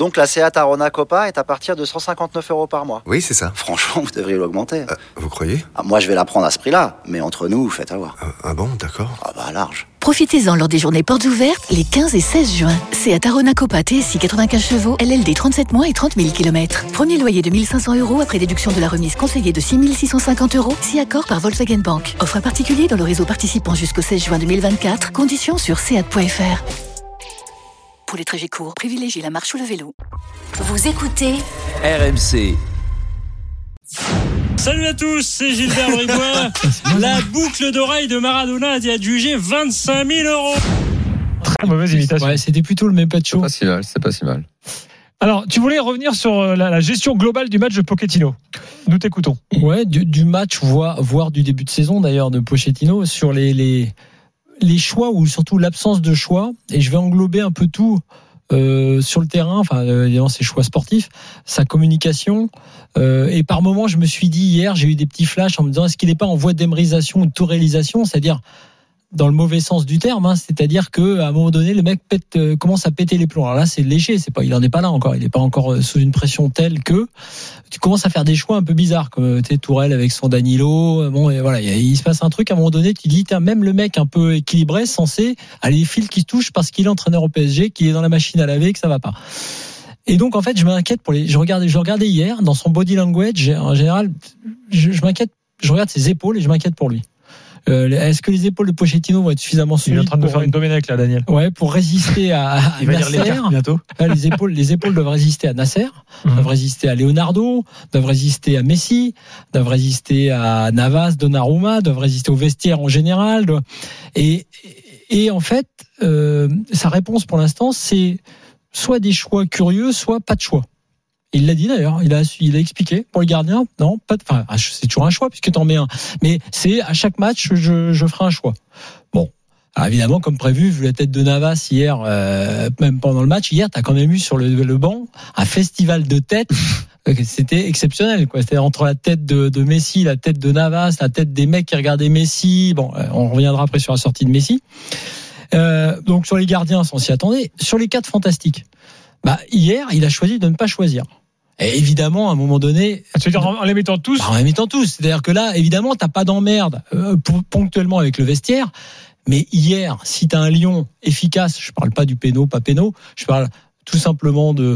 Donc la Seat Arona Copa est à partir de 159 € par mois. Oui, c'est ça. Franchement, vous devriez l'augmenter. Vous croyez ? Moi, je vais la prendre à ce prix-là, mais entre nous, faites avoir. Ah bon, d'accord. Large. Profitez-en lors des journées portes ouvertes les 15 et 16 juin. Seat Arona Copa TSI 95 chevaux, LLD 37 mois et 30 000 km. Premier loyer de 1 500 € après déduction de la remise conseillée de 6 650 €, si accord par Volkswagen Bank. Offre à particulier dans le réseau participant jusqu'au 16 juin 2024. Conditions sur seat.fr. Pour les trajets courts, privilégiez la marche ou le vélo. Vous écoutez RMC. Salut à tous, c'est Gilbert Bribois. La boucle d'oreille de Maradona a été adjugée 25 000 €. Très mauvaise imitation. Ouais, c'était plutôt le même pas de show. C'est pas si mal. Alors, tu voulais revenir sur la gestion globale du match de Pochettino. Nous t'écoutons. Ouais, du match, voire du début de saison d'ailleurs de Pochettino, sur les choix ou surtout l'absence de choix. Et je vais englober un peu tout. Sur le terrain, évidemment ses choix sportifs, sa communication, et par moments je me suis dit hier, j'ai eu des petits flashs en me disant est-ce qu'il n'est pas en voie d'émrisation ou de tourélisation, c'est-à-dire dans le mauvais sens du terme, c'est-à-dire que à un moment donné le mec commence à péter les plombs. Alors là c'est léger, il en est pas là encore, il n'est pas encore sous une pression telle que tu commences à faire des choix un peu bizarres comme Tourelle avec son Danilo. Bon, et voilà, il se passe un truc à un moment donné, tu dis même le mec un peu équilibré, censé aller les fils qui se touchent parce qu'il est entraîneur au PSG, qu'il est dans la machine à laver, que ça va pas. Et donc en fait je m'inquiète je regardais hier dans son body language en général, je m'inquiète, je regarde ses épaules et je m'inquiète pour lui. Est-ce que les épaules de Pochettino vont être suffisamment solides? Il est en train de faire une Domenech là, Daniel. Ouais, pour résister à il va Nasser. lire les cartes bientôt. Les épaules doivent résister à Nasser, doivent résister à Leonardo, doivent résister à Messi, doivent résister à Navas, Donnarumma, doivent résister au vestiaire en général. Et en fait, sa réponse pour l'instant, c'est soit des choix curieux, soit pas de choix. Il l'a dit d'ailleurs, il a expliqué pour les gardiens, non, c'est toujours un choix puisque t'en mets un. Mais c'est à chaque match, je ferai un choix. Bon. Alors évidemment, comme prévu, vu la tête de Navas hier, même pendant le match, hier, t'as quand même eu sur le banc un festival de têtes. C'était exceptionnel, quoi. C'était entre la tête de Messi, la tête de Navas, la tête des mecs qui regardaient Messi. Bon, on reviendra après sur la sortie de Messi. Donc sur les gardiens, on s'y attendait. Sur les 4 fantastiques. Hier, il a choisi de ne pas choisir. Et évidemment, à un moment donné, tu veux dire en les mettant tous, en les mettant tous. C'est-à-dire que là, évidemment, t'as pas d'emmerde ponctuellement avec le vestiaire. Mais hier, si t'as un Lyon efficace, je parle pas du péno, pas péno, je parle tout simplement de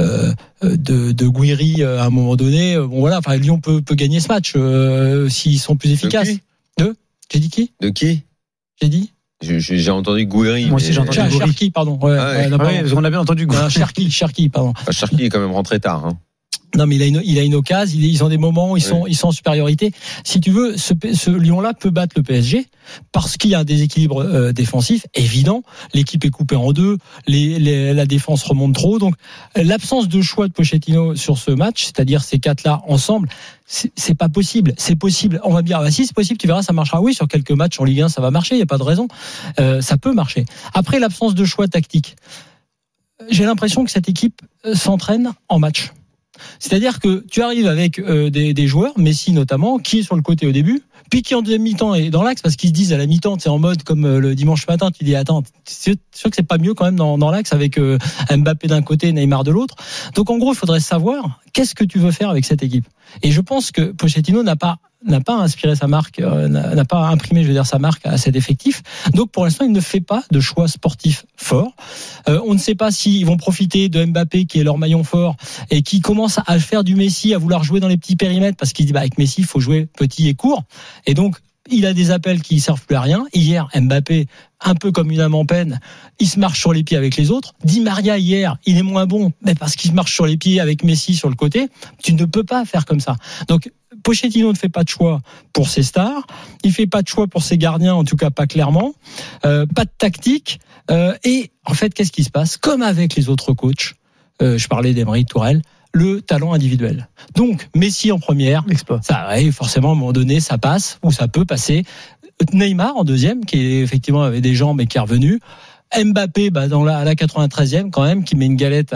Guiri à un moment donné. Bon voilà, Lyon peut gagner ce match s'ils sont plus efficaces. J'ai dit qui ? De qui ? J'ai dit. J'ai entendu Guiri. Moi aussi j'ai entendu Cherki, pardon. On a bien entendu Cherki, pardon. Cherki est quand même rentré tard. Non, mais il a une occasion. Ils ont des moments où ils sont en supériorité. Si tu veux, ce Lyon-là peut battre le PSG parce qu'il y a un déséquilibre défensif évident. L'équipe est coupée en deux. La défense remonte trop. Donc, l'absence de choix de Pochettino sur ce match, c'est-à-dire ces 4-là ensemble, c'est pas possible. C'est possible. On va me dire, si c'est possible, tu verras, ça marchera. Oui, sur quelques matchs en Ligue 1, ça va marcher. Il y a pas de raison. Ça peut marcher. Après, l'absence de choix tactique. J'ai l'impression que cette équipe s'entraîne en match. C'est-à-dire que tu arrives avec des joueurs, Messi notamment, qui est sur le côté au début, puis qui en deuxième mi-temps est dans l'axe parce qu'ils se disent à la mi-temps, c'est en mode comme le dimanche matin, tu dis attends, c'est sûr que c'est pas mieux quand même dans l'axe avec Mbappé d'un côté, Neymar de l'autre. Donc en gros, il faudrait savoir qu'est-ce que tu veux faire avec cette équipe. Et je pense que Pochettino n'a pas inspiré sa marque, n'a pas imprimé, sa marque à cet effectif. Donc pour l'instant, il ne fait pas de choix sportifs forts. On ne sait pas s'ils vont profiter de Mbappé, qui est leur maillon fort, et qui commence à faire du Messi, à vouloir jouer dans les petits périmètres, parce qu'il dit avec Messi, il faut jouer petit et court. Et donc, il a des appels qui ne servent plus à rien. Hier, Mbappé, un peu comme une âme en peine, il se marche sur les pieds avec les autres. Di Maria, hier, il est moins bon, mais parce qu'il se marche sur les pieds avec Messi sur le côté. Tu ne peux pas faire comme ça. Donc, Pochettino ne fait pas de choix pour ses stars. Il fait pas de choix pour ses gardiens, en tout cas pas clairement. Pas de tactique. Et en fait, qu'est-ce qui se passe ? Comme avec les autres coachs, je parlais d'Emery, Tourelle, le talent individuel. Donc, Messi en première, ça, forcément, à un moment donné, ça passe, ou ça peut passer. Neymar en deuxième, qui effectivement avait des jambes et qui est revenu. Mbappé, à la 93e, quand même, qui met une galette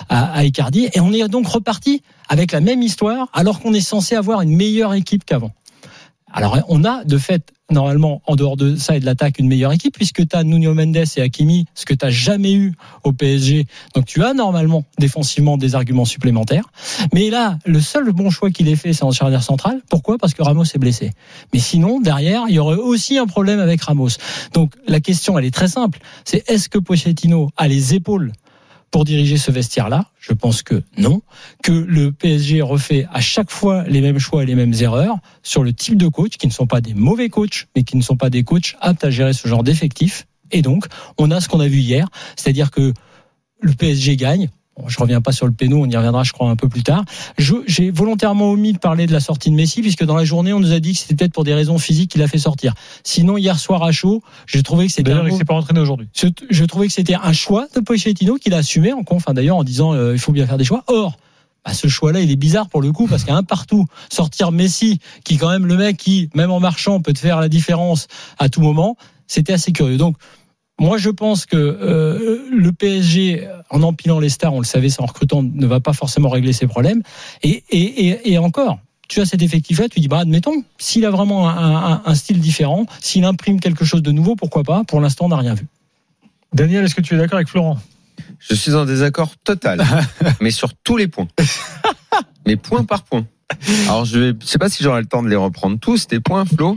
à Icardi. Et on est donc reparti avec la même histoire, alors qu'on est censé avoir une meilleure équipe qu'avant. Alors, on a de fait, normalement, en dehors de ça et de l'attaque, une meilleure équipe, puisque tu as Nuno Mendes et Hakimi, ce que tu n'as jamais eu au PSG. Donc, tu as normalement, défensivement, des arguments supplémentaires. Mais là, le seul bon choix qu'il ait fait, c'est en charnière centrale. Pourquoi ? Parce que Ramos est blessé. Mais sinon, derrière, il y aurait aussi un problème avec Ramos. Donc, la question, elle est très simple. C'est est-ce que Pochettino a les épaules pour diriger ce vestiaire-là? Je pense que non. Que le PSG refait à chaque fois les mêmes choix et les mêmes erreurs sur le type de coach, qui ne sont pas des mauvais coachs, mais qui ne sont pas des coachs aptes à gérer ce genre d'effectifs. Et donc, on a ce qu'on a vu hier, c'est-à-dire que le PSG gagne. Bon, je reviens pas sur le péno, on y reviendra, je crois, un peu plus tard. J'ai volontairement omis de parler de la sortie de Messi, puisque dans la journée, on nous a dit que c'était peut-être pour des raisons physiques qu'il a fait sortir. Sinon, hier soir à chaud, j'ai trouvé que c'était d'ailleurs, il s'est pas entraîné aujourd'hui. Je trouvais que c'était un choix de Pochettino qu'il a assumé en conf, d'ailleurs, en disant il faut bien faire des choix. Or, ce choix-là, il est bizarre pour le coup, parce qu'à un partout, sortir Messi, qui est quand même le mec qui, même en marchant, peut te faire la différence à tout moment, c'était assez curieux. Donc, moi, je pense que le PSG, en empilant les stars, on le savait, en recrutant, ne va pas forcément régler ses problèmes. Et encore, tu as cet effectif-là, tu dis, admettons, s'il a vraiment un style différent, s'il imprime quelque chose de nouveau, pourquoi pas ? Pour l'instant, on n'a rien vu. Daniel, est-ce que tu es d'accord avec Florent ? Je suis en désaccord total, mais sur tous les points. Mais point par point. Alors je sais pas si j'aurai le temps de les reprendre tous tes points, Flo.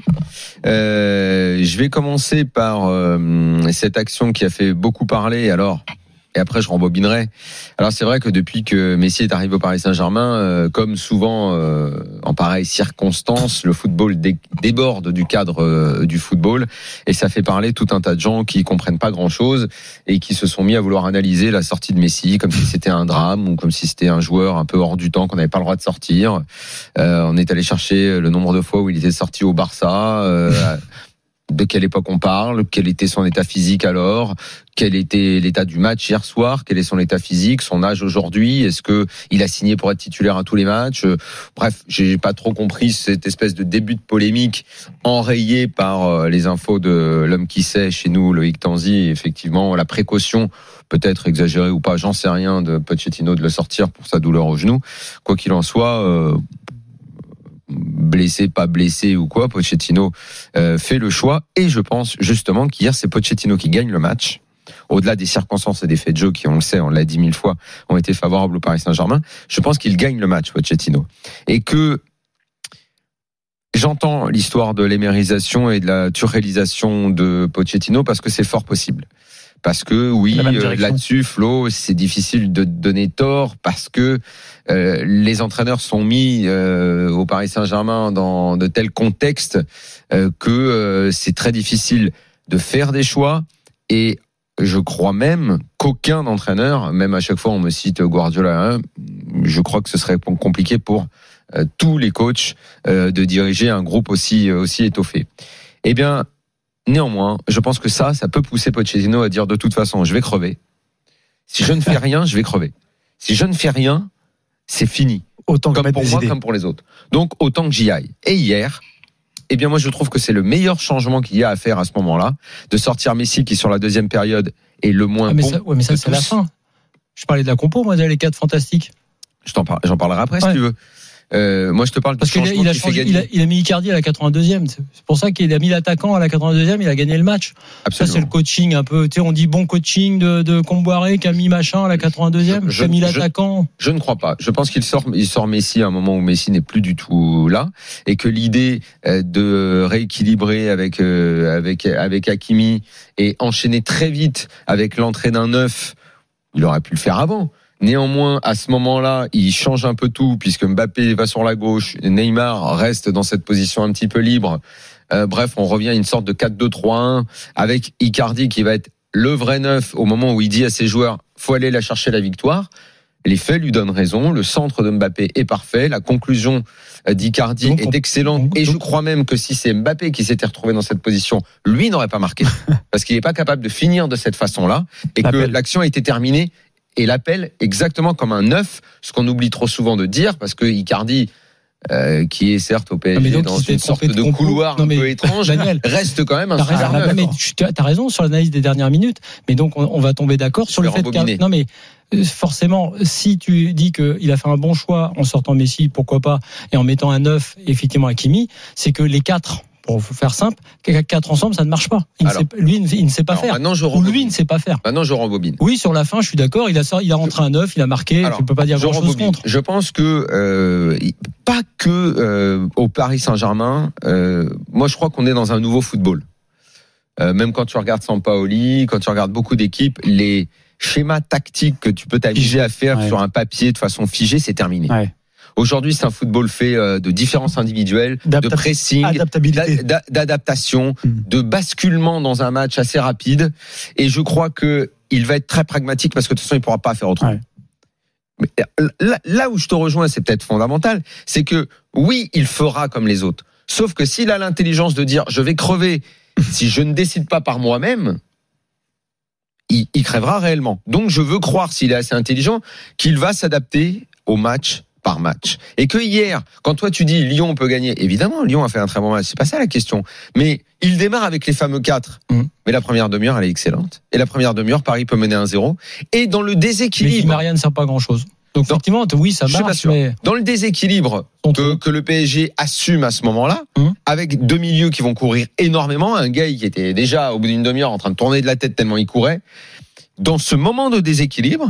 Je vais commencer par cette action qui a fait beaucoup parler. Alors, et après je rembobinerai. Alors c'est vrai que depuis que Messi est arrivé au Paris Saint-Germain, comme souvent en pareille circonstance, le football déborde du cadre du football, et ça fait parler tout un tas de gens qui comprennent pas grand-chose et qui se sont mis à vouloir analyser la sortie de Messi comme si c'était un drame ou comme si c'était un joueur un peu hors du temps qu'on n'avait pas le droit de sortir. On est allé chercher le nombre de fois où il était sorti au Barça. De quelle époque on parle, quel était son état physique alors, quel était l'état du match hier soir, quel est son état physique, son âge aujourd'hui, est-ce que il a signé pour être titulaire à tous les matchs. Bref, j'ai pas trop compris cette espèce de début de polémique enrayé par les infos de l'homme qui sait chez nous, Loïc Tanzi. Effectivement, la précaution, peut-être exagérée ou pas, j'en sais rien, de Pochettino de le sortir pour sa douleur au genou. Quoi qu'il en soit, blessé, pas blessé ou quoi, Pochettino fait le choix, et je pense justement qu'hier c'est Pochettino qui gagne le match, au-delà des circonstances et des faits de jeu qui, on le sait, on l'a dit 1000 fois, ont été favorables au Paris Saint-Germain. Je pense qu'il gagne le match, Pochettino, et que j'entends l'histoire de l'émérisation et de la turellisation de Pochettino parce que c'est fort possible. Parce que oui, là-dessus, Flo, c'est difficile de donner tort parce que les entraîneurs sont mis au Paris Saint-Germain dans de tels contextes que c'est très difficile de faire des choix. Et je crois même qu'aucun entraîneur, même à chaque fois on me cite Guardiola, je crois que ce serait compliqué pour tous les coachs de diriger un groupe aussi étoffé. Eh bien, néanmoins, je pense que ça peut pousser Pochettino à dire de toute façon, je vais crever. Si je ne fais rien, je vais crever. Si je ne fais rien, c'est fini. Autant comme pour moi, comme pour les autres. Donc, autant que j'y aille. Et hier, eh bien, moi, je trouve que c'est le meilleur changement qu'il y a à faire à ce moment-là, de sortir Messi, qui sur la deuxième période est le moins bon. Mais ça, c'est la fin. Je parlais de la compo, moi, les 4 fantastiques. J'en parlerai après, si tu veux. Moi je te parle parce qu'il a changé, il a mis Icardi à la 82e. C'est pour ça qu'il a mis l'attaquant à la 82e. Il a gagné le match. Absolument. Ça c'est le coaching un peu. Tu sais, on dit bon coaching de Comboiré qui a mis machin à la 82e. Qui a mis l'attaquant. Je ne crois pas. Je pense qu'il sort Messi à un moment où Messi n'est plus du tout là, et que l'idée de rééquilibrer avec Hakimi et enchaîner très vite avec l'entrée d'un neuf, il aurait pu le faire avant. Néanmoins, à ce moment-là, il change un peu tout, puisque Mbappé va sur la gauche, Neymar reste dans cette position un petit peu libre. Bref, on revient à une sorte de 4-2-3-1, avec Icardi qui va être le vrai neuf au moment où il dit à ses joueurs, faut aller la chercher la victoire. Les faits lui donnent raison, le centre de Mbappé est parfait, la conclusion d'Icardi est excellente, et je crois même que si c'est Mbappé qui s'était retrouvé dans cette position, lui n'aurait pas marqué, parce qu'il n'est pas capable de finir de cette façon-là, et que l'action a été terminée. Et l'appel exactement comme un neuf, ce qu'on oublie trop souvent de dire, parce que Icardi, qui est certes au PSG dans une sorte de couloir un peu étrange, Daniel, reste quand même un super neuf. T'as raison sur l'analyse des dernières minutes, mais donc on va tomber d'accord sur le fait que forcément, si tu dis qu'il a fait un bon choix en sortant Messi, pourquoi pas, et en mettant un 9, effectivement, Hakimi, c'est que les 4, pour faire simple, 4 ensemble, ça ne marche pas. Il ne sait pas faire. Ou lui, il ne sait pas faire. Maintenant, je rembobine. Oui, sur la fin, je suis d'accord. Il a rentré un 9, il a marqué. Tu ne peux pas dire grand-chose contre. Je pense que, pas que au Paris Saint-Germain, moi, je crois qu'on est dans un nouveau football. Même quand tu regardes Sampaoli, quand tu regardes beaucoup d'équipes, les schémas tactiques que tu peux t'amuser à faire sur un papier de façon figée, c'est terminé. Ouais. Aujourd'hui, c'est un football fait de différences individuelles, de pressing, d'adaptation, de basculement dans un match assez rapide. Et je crois que il va être très pragmatique parce que de toute façon, il pourra pas faire autrement. Ouais. Mais là où je te rejoins, c'est peut-être fondamental, c'est que oui, il fera comme les autres. Sauf que s'il a l'intelligence de dire, je vais crever si je ne décide pas par moi-même, il crèvera réellement. Donc, je veux croire, s'il est assez intelligent, qu'il va s'adapter au match par match. Et que hier, quand toi tu dis Lyon peut gagner, évidemment Lyon a fait un très bon match, c'est pas ça la question, mais il démarre avec les fameux 4, mais la première demi-heure elle est excellente, et la première demi-heure Paris peut mener 1-0, et dans le déséquilibre, mais Maria ne sert pas grand chose. Donc effectivement, oui, ça marche, mais dans le déséquilibre que le PSG assume à ce moment-là, avec deux milieux qui vont courir énormément, un gars qui était déjà au bout d'une demi-heure en train de tourner de la tête tellement il courait, dans ce moment de déséquilibre,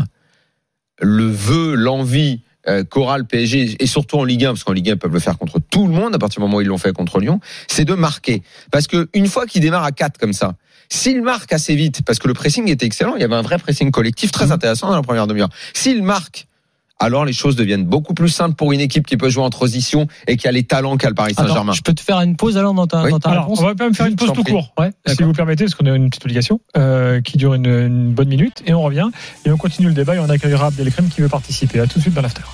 l'envie qu'aura le PSG, et surtout en Ligue 1, parce qu'en Ligue 1 ils peuvent le faire contre tout le monde à partir du moment où ils l'ont fait contre Lyon, c'est de marquer. Parce que une fois qu'il démarre à 4 comme ça, s'il marque assez vite, parce que le pressing était excellent, il y avait un vrai pressing collectif très intéressant dans la première demi-heure. S'il marque, alors les choses deviennent beaucoup plus simples pour une équipe qui peut jouer en transition et qui a les talents qu'a le Paris Saint-Germain. Je peux te faire une pause alors dans ta réponse. On va quand même faire une pause tout court, si vous permettez, parce qu'on a une petite obligation qui dure une bonne minute, et on revient et on continue le débat et on accueillera Abdelkrim qui veut participer. À tout de suite dans l'after.